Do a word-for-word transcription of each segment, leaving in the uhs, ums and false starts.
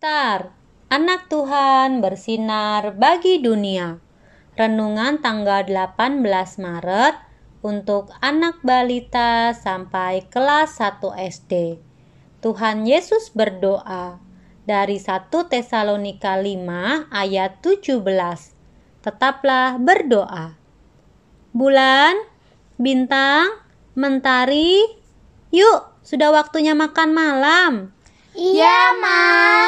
Star, Anak Tuhan bersinar bagi dunia. Renungan tanggal delapan belas Maret untuk anak balita sampai kelas satu S D. Tuhan Yesus berdoa dari satu Tesalonika lima ayat tujuh belas. Tetaplah berdoa. Bulan, bintang, mentari, yuk, sudah waktunya makan malam. Iya, Ma.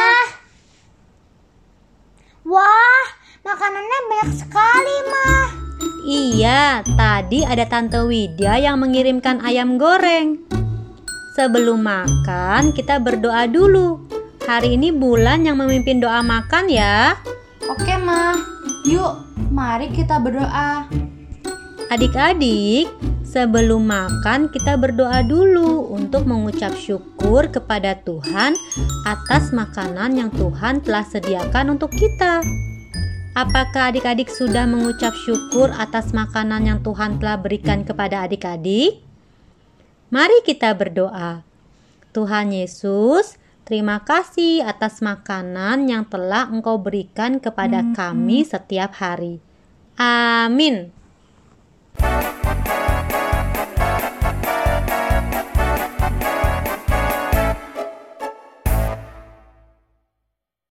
Wah, makanannya banyak sekali, Ma. Iya, tadi ada Tante Widya yang mengirimkan ayam goreng. Sebelum makan, kita berdoa dulu. Hari ini Bulan yang memimpin doa makan ya. Oke, Ma. Yuk, mari kita berdoa. Adik-adik, sebelum makan kita berdoa dulu untuk mengucap syukur kepada Tuhan atas makanan yang Tuhan telah sediakan untuk kita. Apakah adik-adik sudah mengucap syukur atas makanan yang Tuhan telah berikan kepada adik-adik? Mari kita berdoa. Tuhan Yesus, terima kasih atas makanan yang telah Engkau berikan kepada kami setiap hari. Amin.